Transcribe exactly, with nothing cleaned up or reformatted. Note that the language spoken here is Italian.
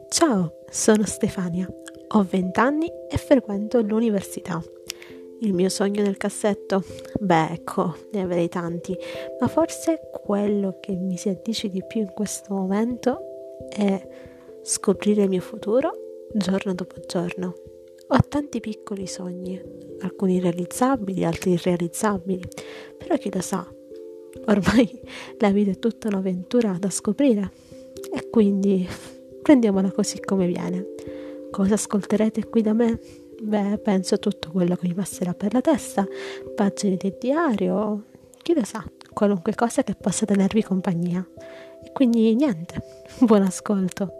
Ciao, sono Stefania, ho venti anni e frequento l'università. Il mio sogno nel cassetto? Beh, ecco, ne avrei tanti, ma forse quello che mi si addice di più in questo momento è scoprire il mio futuro giorno dopo giorno. Ho tanti piccoli sogni, alcuni realizzabili, altri irrealizzabili, però chi lo sa, ormai la vita è tutta un'avventura da scoprire e quindi prendiamola così come viene. Cosa ascolterete qui da me? Beh, penso a tutto quello che mi passerà per la testa, pagine di diario, chi lo sa, qualunque cosa che possa tenervi compagnia. E quindi niente, buon ascolto.